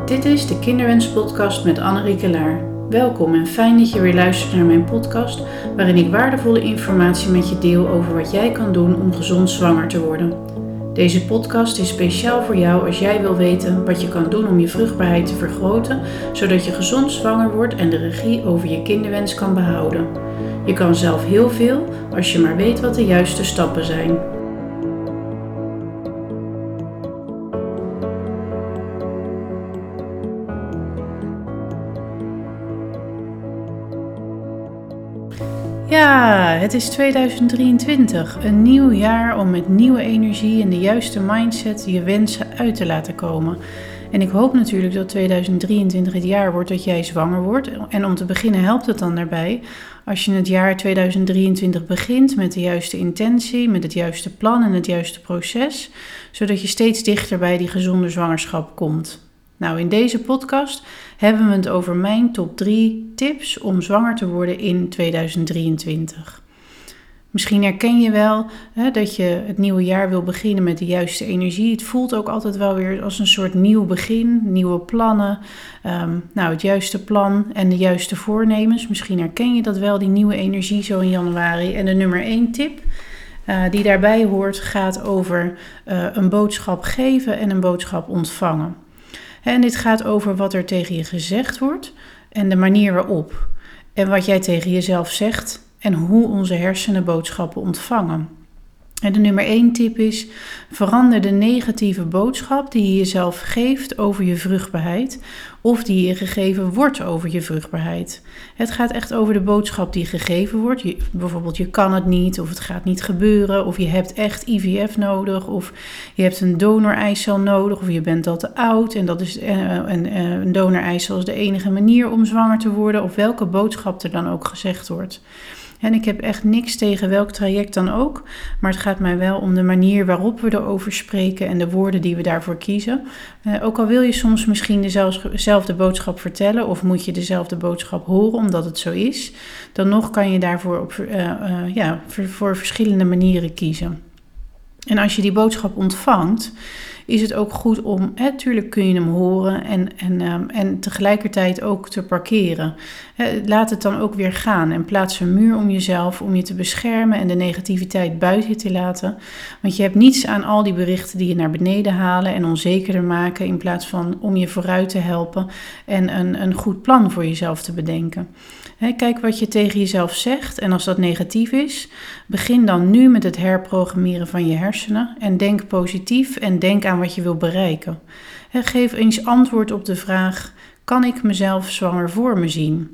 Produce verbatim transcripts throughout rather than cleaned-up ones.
Dit is de Kinderwens-podcast met Annerieke Laar. Welkom en fijn dat je weer luistert naar mijn podcast, waarin ik waardevolle informatie met je deel over wat jij kan doen om gezond zwanger te worden. Deze podcast is speciaal voor jou als jij wil weten wat je kan doen om je vruchtbaarheid te vergroten, zodat je gezond zwanger wordt en de regie over je kinderwens kan behouden. Je kan zelf heel veel als je maar weet wat de juiste stappen zijn. Ja, het is tweeduizend drieëntwintig, een nieuw jaar om met nieuwe energie en de juiste mindset je wensen uit te laten komen. En ik hoop natuurlijk dat tweeduizend drieëntwintig het jaar wordt dat jij zwanger wordt. En om te beginnen helpt het dan daarbij als je het jaar tweeduizend drieëntwintig begint met de juiste intentie, met het juiste plan en het juiste proces, zodat je steeds dichter bij die gezonde zwangerschap komt. Nou, in deze podcast hebben we het over mijn top drie tips om zwanger te worden in tweeduizend drieëntwintig. Misschien herken je wel hè, dat je het nieuwe jaar wil beginnen met de juiste energie. Het voelt ook altijd wel weer als een soort nieuw begin, nieuwe plannen. Um, nou, het juiste plan en de juiste voornemens. Misschien herken je dat wel, die nieuwe energie zo in januari. En de nummer één tip uh, die daarbij hoort gaat over uh, een boodschap geven en een boodschap ontvangen. En dit gaat over wat er tegen je gezegd wordt en de manier waarop. En wat jij tegen jezelf zegt en hoe onze hersenen boodschappen ontvangen. En de nummer één tip is, verander de negatieve boodschap die je jezelf geeft over je vruchtbaarheid of die je gegeven wordt over je vruchtbaarheid. Het gaat echt over de boodschap die gegeven wordt. Je, bijvoorbeeld je kan het niet of het gaat niet gebeuren of je hebt echt I V F nodig of je hebt een donoreicel nodig of je bent al te oud en dat is uh, een, uh, een donoreicel is de enige manier om zwanger te worden of welke boodschap er dan ook gezegd wordt. En ik heb echt niks tegen welk traject dan ook, maar het gaat mij wel om de manier waarop we erover spreken en de woorden die we daarvoor kiezen. Uh, ook al wil je soms misschien dezelfde boodschap vertellen of moet je dezelfde boodschap horen omdat het zo is, dan nog kan je daarvoor op, uh, uh, ja, voor, voor verschillende manieren kiezen. En als je die boodschap ontvangt, is het ook goed om, hè, tuurlijk kun je hem horen en, en, um, en tegelijkertijd ook te parkeren. Hè, laat het dan ook weer gaan en plaats een muur om jezelf om je te beschermen en de negativiteit buiten je te laten. Want je hebt niets aan al die berichten die je naar beneden halen en onzekerder maken in plaats van om je vooruit te helpen en een, een goed plan voor jezelf te bedenken. Hè, kijk wat je tegen jezelf zegt en als dat negatief is, begin dan nu met het herprogrammeren van je hersenen en denk positief en denk aan wat je wil bereiken. He, geef eens antwoord op de vraag, kan ik mezelf zwanger voor me zien?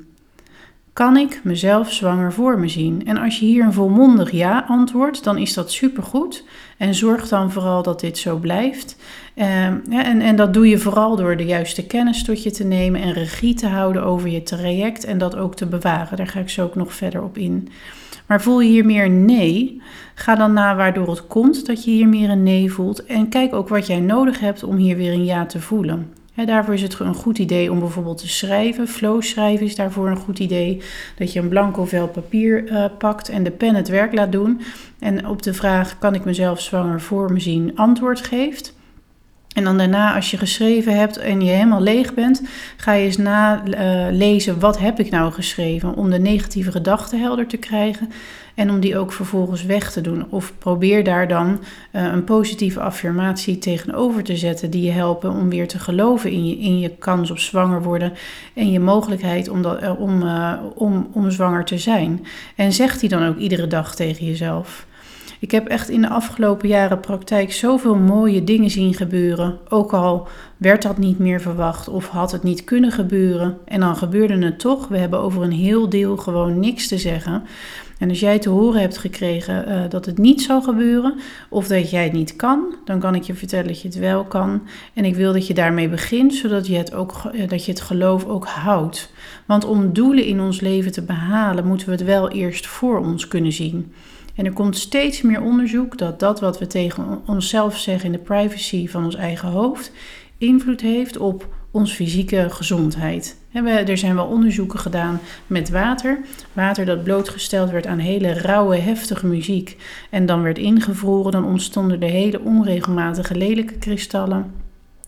Kan ik mezelf zwanger voor me zien? En als je hier een volmondig ja antwoordt, dan is dat supergoed. En zorg dan vooral dat dit zo blijft. Uh, ja, en, en dat doe je vooral door de juiste kennis tot je te nemen en regie te houden over je traject en dat ook te bewaren. Daar ga ik zo ook nog verder op in. Maar voel je hier meer een nee, ga dan na waardoor het komt dat je hier meer een nee voelt. En kijk ook wat jij nodig hebt om hier weer een ja te voelen. He, daarvoor is het een goed idee om bijvoorbeeld te schrijven. Flow schrijven is daarvoor een goed idee. Dat je een blanco vel papier uh, pakt en de pen het werk laat doen. En op de vraag, kan ik mezelf zwanger voor me zien, antwoord geeft. En dan daarna, als je geschreven hebt en je helemaal leeg bent, ga je eens nalezen, uh, wat heb ik nou geschreven? Om de negatieve gedachten helder te krijgen en om die ook vervolgens weg te doen. Of probeer daar dan uh, een positieve affirmatie tegenover te zetten die je helpen om weer te geloven in je, in je kans op zwanger worden en je mogelijkheid om, dat, uh, om, uh, om, om zwanger te zijn. En zeg die dan ook iedere dag tegen jezelf. Ik heb echt in de afgelopen jaren praktijk zoveel mooie dingen zien gebeuren. Ook al werd dat niet meer verwacht of had het niet kunnen gebeuren. En dan gebeurde het toch. We hebben over een heel deel gewoon niks te zeggen. En als jij te horen hebt gekregen uh, dat het niet zal gebeuren of dat jij het niet kan, dan kan ik je vertellen dat je het wel kan. En ik wil dat je daarmee begint, zodat je het, ook, uh, dat je het geloof ook houdt. Want om doelen in ons leven te behalen, moeten we het wel eerst voor ons kunnen zien. En er komt steeds meer onderzoek dat dat wat we tegen onszelf zeggen in de privacy van ons eigen hoofd invloed heeft op onze fysieke gezondheid. Er zijn wel onderzoeken gedaan met water. Water dat blootgesteld werd aan hele rauwe, heftige muziek en dan werd ingevroren, dan ontstonden er hele onregelmatige, lelijke kristallen.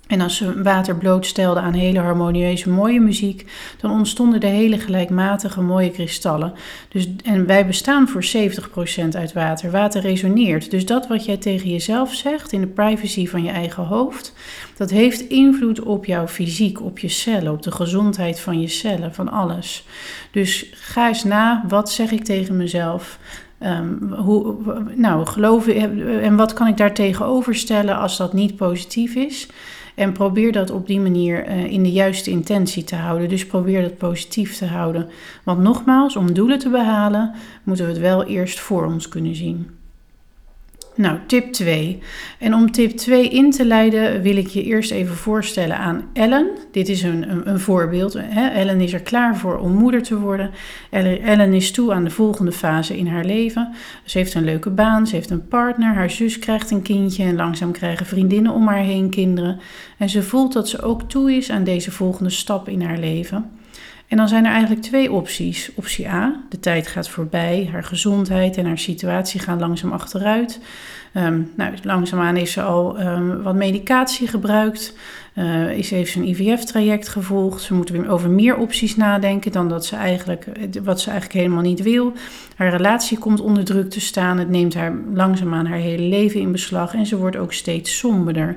En als ze water blootstelden aan hele harmonieuze mooie muziek, dan ontstonden de hele gelijkmatige mooie kristallen. Dus, en wij bestaan voor zeventig procent uit water. Water resoneert. Dus dat wat jij tegen jezelf zegt in de privacy van je eigen hoofd, dat heeft invloed op jouw fysiek, op je cellen, op de gezondheid van je cellen, van alles. Dus ga eens na, wat zeg ik tegen mezelf? Um, hoe, nou, geloven, en wat kan ik daar tegenover stellen als dat niet positief is? En probeer dat op die manier uh, in de juiste intentie te houden. Dus probeer dat positief te houden. Want nogmaals, om doelen te behalen, moeten we het wel eerst voor ons kunnen zien. Nou, tip twee. En om tip twee in te leiden wil ik je eerst even voorstellen aan Ellen. Dit is een, een, een voorbeeld. Hè? Ellen is er klaar voor om moeder te worden. Ellen is toe aan de volgende fase in haar leven. Ze heeft een leuke baan, ze heeft een partner, haar zus krijgt een kindje en langzaam krijgen vriendinnen om haar heen kinderen. En ze voelt dat ze ook toe is aan deze volgende stap in haar leven. En dan zijn er eigenlijk twee opties. Optie A, de tijd gaat voorbij, haar gezondheid en haar situatie gaan langzaam achteruit. Um, nou, langzaamaan is ze al um, wat medicatie gebruikt, uh, is, heeft ze een I V F-traject gevolgd. Ze moet weer over meer opties nadenken dan dat ze eigenlijk, wat ze eigenlijk helemaal niet wil. Haar relatie komt onder druk te staan, het neemt haar langzaamaan haar hele leven in beslag en ze wordt ook steeds somberder.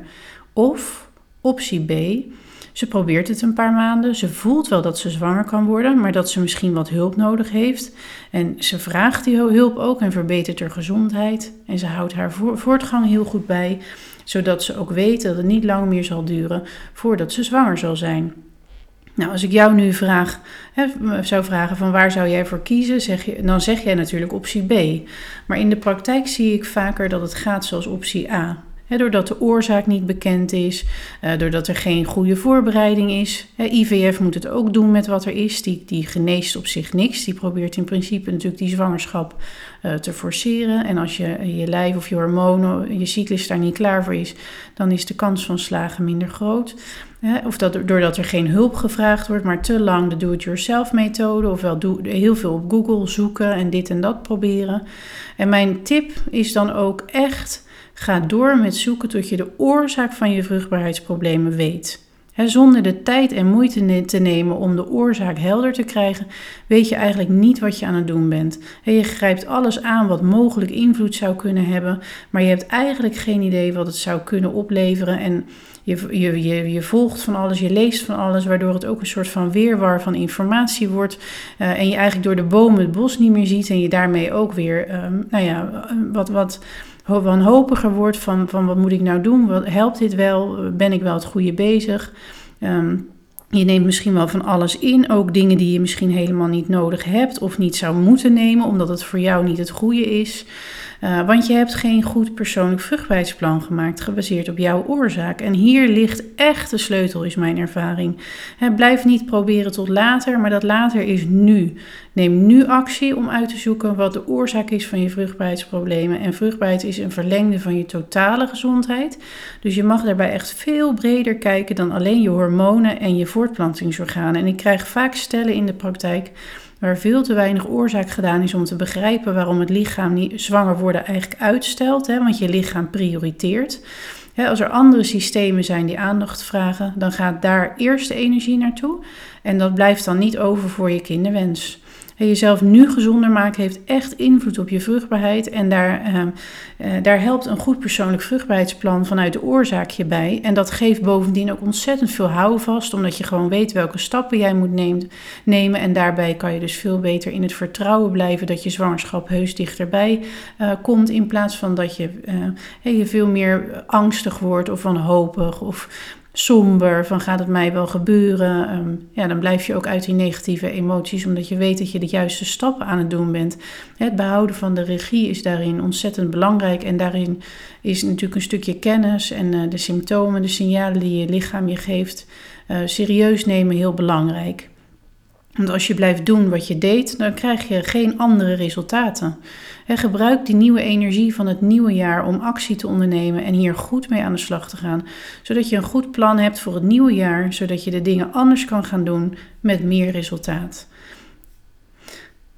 Of optie B, ze probeert het een paar maanden. Ze voelt wel dat ze zwanger kan worden, maar dat ze misschien wat hulp nodig heeft. En ze vraagt die hulp ook en verbetert haar gezondheid. En ze houdt haar voortgang heel goed bij, zodat ze ook weet dat het niet lang meer zal duren voordat ze zwanger zal zijn. Nou, als ik jou nu vraag, hè, zou vragen van waar zou jij voor kiezen, zeg je, dan zeg jij natuurlijk optie B. Maar in de praktijk zie ik vaker dat het gaat zoals optie A. He, doordat de oorzaak niet bekend is, uh, doordat er geen goede voorbereiding is. He, I V F moet het ook doen met wat er is, die, die geneest op zich niks. Die probeert in principe natuurlijk die zwangerschap uh, te forceren. En als je, je lijf of je hormonen, je cyclus daar niet klaar voor is, dan is de kans van slagen minder groot. He, of dat, doordat er geen hulp gevraagd wordt, maar te lang de do-it-yourself methode, ofwel do, heel veel op Google zoeken en dit en dat proberen. En mijn tip is dan ook echt, ga door met zoeken tot je de oorzaak van je vruchtbaarheidsproblemen weet. He, zonder de tijd en moeite te nemen om de oorzaak helder te krijgen, weet je eigenlijk niet wat je aan het doen bent. He, je grijpt alles aan wat mogelijk invloed zou kunnen hebben, maar je hebt eigenlijk geen idee wat het zou kunnen opleveren. En je, je, je, je volgt van alles, je leest van alles, waardoor het ook een soort van weerwar van informatie wordt. Uh, en je eigenlijk door de bomen het bos niet meer ziet en je daarmee ook weer, um, nou ja, wat... wat wanhopiger wordt van, van wat moet ik nou doen, wat, helpt dit wel, ben ik wel het goede bezig. Um, je neemt misschien wel van alles in, ook dingen die je misschien helemaal niet nodig hebt of niet zou moeten nemen, omdat het voor jou niet het goede is. Uh, want je hebt geen goed persoonlijk vruchtbaarheidsplan gemaakt, gebaseerd op jouw oorzaak. En hier ligt echt de sleutel, is mijn ervaring. He, blijf niet proberen tot later, maar dat later is nu. Neem nu actie om uit te zoeken wat de oorzaak is van je vruchtbaarheidsproblemen. En vruchtbaarheid is een verlengde van je totale gezondheid. Dus je mag daarbij echt veel breder kijken dan alleen je hormonen en je voortplantingsorganen. En ik krijg vaak stellen in de praktijk waar veel te weinig oorzaak gedaan is om te begrijpen waarom het lichaam niet zwanger worden eigenlijk uitstelt, hè, want je lichaam prioriteert. Hè, als er andere systemen zijn die aandacht vragen, dan gaat daar eerst de energie naartoe en dat blijft dan niet over voor je kinderwens. En jezelf nu gezonder maken heeft echt invloed op je vruchtbaarheid en daar, uh, uh, daar helpt een goed persoonlijk vruchtbaarheidsplan vanuit de oorzaak je bij. En dat geeft bovendien ook ontzettend veel houvast, omdat je gewoon weet welke stappen jij moet neem, nemen. En daarbij kan je dus veel beter in het vertrouwen blijven dat je zwangerschap heus dichterbij uh, komt, in plaats van dat je, uh, je veel meer angstig wordt of wanhopig of somber, van gaat het mij wel gebeuren? Um, ja, dan blijf je ook uit die negatieve emoties, omdat je weet dat je de juiste stappen aan het doen bent. Het behouden van de regie is daarin ontzettend belangrijk en daarin is natuurlijk een stukje kennis en uh, de symptomen, de signalen die je lichaam je geeft, uh, serieus nemen heel belangrijk. Want als je blijft doen wat je deed, dan krijg je geen andere resultaten. En gebruik die nieuwe energie van het nieuwe jaar om actie te ondernemen en hier goed mee aan de slag te gaan. Zodat je een goed plan hebt voor het nieuwe jaar, zodat je de dingen anders kan gaan doen met meer resultaat.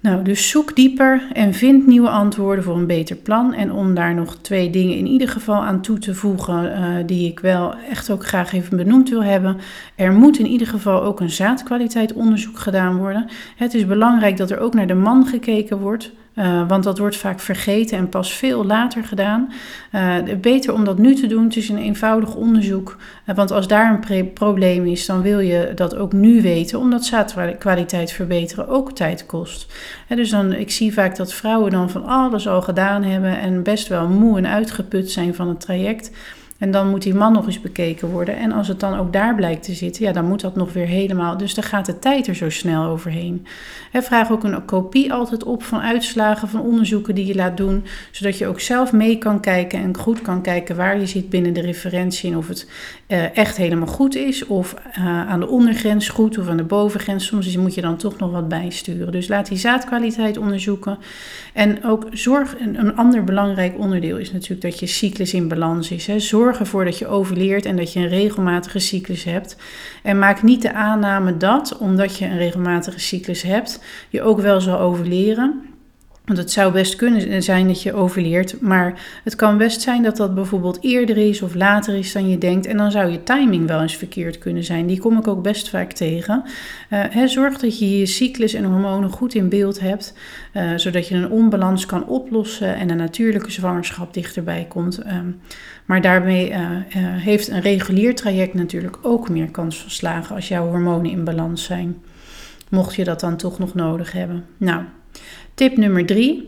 Nou, dus zoek dieper en vind nieuwe antwoorden voor een beter plan. En om daar nog twee dingen in ieder geval aan toe te voegen, uh, die ik wel echt ook graag even benoemd wil hebben. Er moet in ieder geval ook een zaadkwaliteitsonderzoek gedaan worden. Het is belangrijk dat er ook naar de man gekeken wordt. Uh, want dat wordt vaak vergeten en pas veel later gedaan. Uh, beter om dat nu te doen. Het is een eenvoudig onderzoek. Uh, want als daar een pre- probleem is, dan wil je dat ook nu weten. Omdat zaadkwaliteit verbeteren ook tijd kost. Uh, dus dan, ik zie vaak dat vrouwen dan van alles al gedaan hebben en best wel moe en uitgeput zijn van het traject. En dan moet die man nog eens bekeken worden. En als het dan ook daar blijkt te zitten, ja, dan moet dat nog weer helemaal. Dus dan gaat de tijd er zo snel overheen. He, vraag ook een kopie altijd op van uitslagen van onderzoeken die je laat doen. Zodat je ook zelf mee kan kijken en goed kan kijken waar je zit binnen de referentie. En of het uh, echt helemaal goed is. Of uh, aan de ondergrens goed of aan de bovengrens. Soms moet je dan toch nog wat bijsturen. Dus laat die zaadkwaliteit onderzoeken. En ook zorg, een, een ander belangrijk onderdeel is natuurlijk dat je cyclus in balans is. He. Zorg ervoor dat je ovuleert en dat je een regelmatige cyclus hebt. En maak niet de aanname dat, omdat je een regelmatige cyclus hebt, je ook wel zal ovuleren. Want het zou best kunnen zijn dat je ovuleert, maar het kan best zijn dat dat bijvoorbeeld eerder is of later is dan je denkt. En dan zou je timing wel eens verkeerd kunnen zijn. Die kom ik ook best vaak tegen. Uh, he, zorg dat je je cyclus en hormonen goed in beeld hebt, uh, zodat je een onbalans kan oplossen en een natuurlijke zwangerschap dichterbij komt. Um, maar daarmee uh, uh, heeft een regulier traject natuurlijk ook meer kans van slagen als jouw hormonen in balans zijn. Mocht je dat dan toch nog nodig hebben. Nou, tip nummer drie.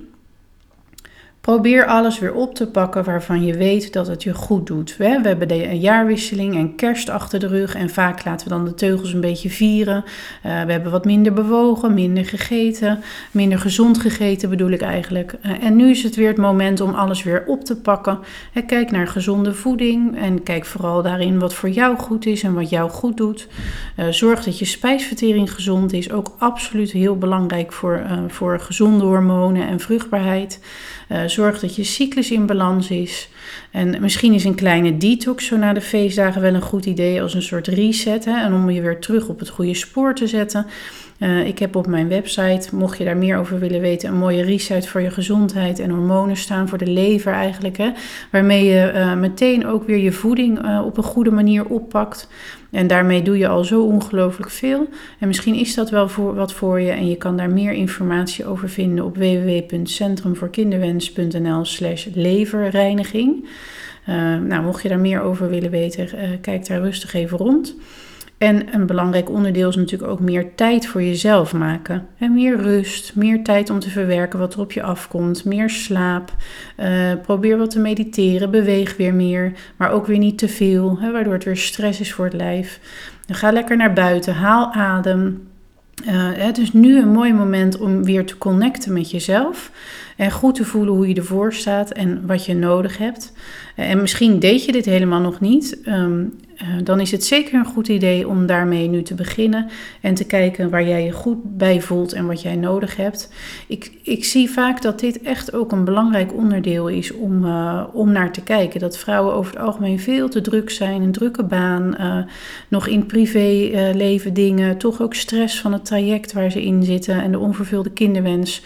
Probeer alles weer op te pakken waarvan je weet dat het je goed doet. We hebben de jaarwisseling en kerst achter de rug en vaak laten we dan de teugels een beetje vieren. Uh, we hebben wat minder bewogen, minder gegeten, minder gezond gegeten bedoel ik eigenlijk. Uh, en nu is het weer het moment om alles weer op te pakken. Uh, kijk naar gezonde voeding en kijk vooral daarin wat voor jou goed is en wat jou goed doet. Uh, zorg dat je spijsvertering gezond is, ook absoluut heel belangrijk voor, uh, voor gezonde hormonen en vruchtbaarheid. Uh, zorg dat je cyclus in balans is. En misschien is een kleine detox zo na de feestdagen wel een goed idee als een soort reset. Hè, en om je weer terug op het goede spoor te zetten. Uh, ik heb op mijn website, mocht je daar meer over willen weten, een mooie reset voor je gezondheid en hormonen staan voor de lever eigenlijk. Hè, waarmee je uh, meteen ook weer je voeding uh, op een goede manier oppakt. En daarmee doe je al zo ongelooflijk veel. En misschien is dat wel voor, wat voor je. En je kan daar meer informatie over vinden op w w w punt centrumvoorkinderwens punt n l slash leverreiniging. Uh, nou, mocht je daar meer over willen weten, uh, kijk daar rustig even rond. En een belangrijk onderdeel is natuurlijk ook meer tijd voor jezelf maken. En meer rust, meer tijd om te verwerken wat er op je afkomt, meer slaap. Uh, probeer wat te mediteren, beweeg weer meer, maar ook weer niet te veel, hè, waardoor het weer stress is voor het lijf. Dan ga lekker naar buiten, haal adem. Uh, het is nu een mooi moment om weer te connecten met jezelf en goed te voelen hoe je ervoor staat en wat je nodig hebt. Uh, en misschien deed je dit helemaal nog niet. Um, uh, dan is het zeker een goed idee om daarmee nu te beginnen en te kijken waar jij je goed bij voelt en wat jij nodig hebt. Ik, ik zie vaak dat dit echt ook een belangrijk onderdeel is om, uh, om naar te kijken. Dat vrouwen over het algemeen veel te druk zijn, een drukke baan, uh, nog in privéleven uh, dingen, toch ook stress van het traject waar ze in zitten en de onvervulde kinderwens.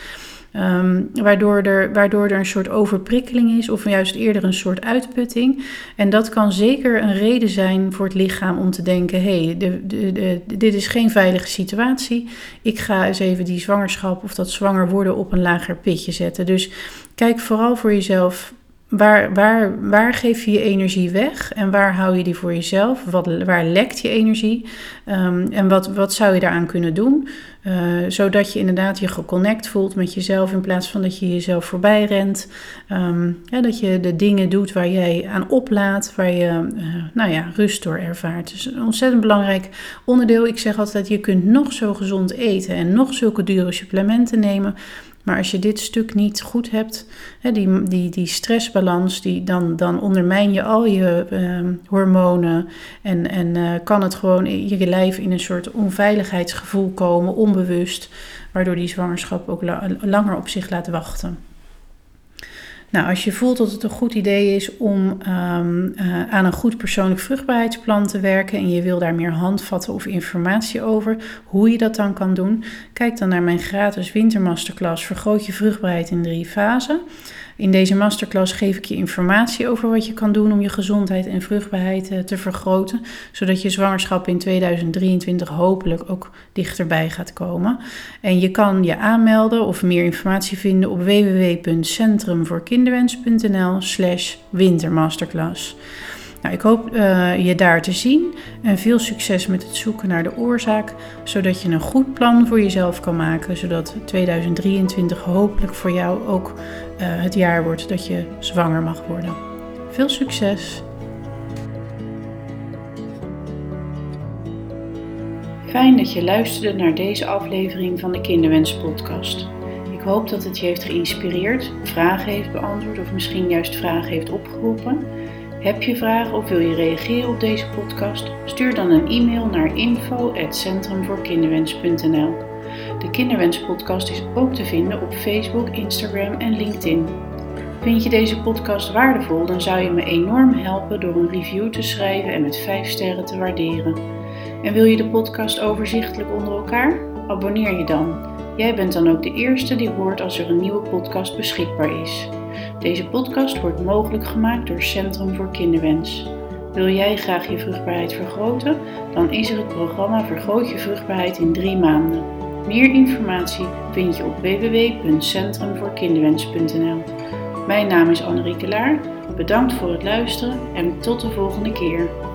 Um, waardoor, er, waardoor er een soort overprikkeling is of juist eerder een soort uitputting. En dat kan zeker een reden zijn voor het lichaam om te denken, hé, hey, de, de, de, dit is geen veilige situatie. Ik ga eens even die zwangerschap of dat zwanger worden op een lager pitje zetten. Dus kijk vooral voor jezelf, waar, waar, waar geef je je energie weg en waar hou je die voor jezelf? Wat, waar lekt je energie? Um, en wat, wat zou je daaraan kunnen doen? Uh, zodat je inderdaad je geconnect voelt met jezelf in plaats van dat je jezelf voorbij rent. Um, ja, dat je de dingen doet waar jij aan oplaadt, waar je uh, nou ja, rust door ervaart. Dus een ontzettend belangrijk onderdeel. Ik zeg altijd, je kunt nog zo gezond eten en nog zulke dure supplementen nemen. Maar als je dit stuk niet goed hebt, hè, die, die, die stressbalans, die, dan, dan ondermijn je al je uh, hormonen en, en uh, kan het gewoon in je lijf in een soort onveiligheidsgevoel komen, onbewust, waardoor die zwangerschap ook la- langer op zich laat wachten. Nou, als je voelt dat het een goed idee is om um, uh, aan een goed persoonlijk vruchtbaarheidsplan te werken en je wil daar meer handvatten of informatie over, hoe je dat dan kan doen, kijk dan naar mijn gratis wintermasterclass Vergroot je vruchtbaarheid in drie fasen. In deze masterclass geef ik je informatie over wat je kan doen om je gezondheid en vruchtbaarheid uh, te vergroten, zodat je zwangerschap in tweeduizend drieëntwintig hopelijk ook dichterbij gaat komen. En je kan je aanmelden of meer informatie vinden op w w w punt centrumvoorkinderwens punt n l slash wintermasterclass. Nou, ik hoop uh, je daar te zien en veel succes met het zoeken naar de oorzaak, zodat je een goed plan voor jezelf kan maken, zodat tweeduizend drieëntwintig hopelijk voor jou ook uh, het jaar wordt dat je zwanger mag worden. Veel succes! Fijn dat je luisterde naar deze aflevering van de Kinderwens podcast. Ik hoop dat het je heeft geïnspireerd, vragen heeft beantwoord of misschien juist vragen heeft opgeroepen. Heb je vragen of wil je reageren op deze podcast? Stuur dan een e-mail naar info at centrumvoorkinderwens punt n l. De Kinderwens podcast is ook te vinden op Facebook, Instagram en LinkedIn. Vind je deze podcast waardevol, dan zou je me enorm helpen door een review te schrijven en met vijf sterren te waarderen. En wil je de podcast overzichtelijk onder elkaar? Abonneer je dan. Jij bent dan ook de eerste die hoort als er een nieuwe podcast beschikbaar is. Deze podcast wordt mogelijk gemaakt door Centrum voor Kinderwens. Wil jij graag je vruchtbaarheid vergroten? Dan is er het programma Vergroot je vruchtbaarheid in drie maanden. Meer informatie vind je op w w w punt centrumvoorkinderwens punt n l. Mijn naam is Annerieke Laar. Bedankt voor het luisteren en tot de volgende keer.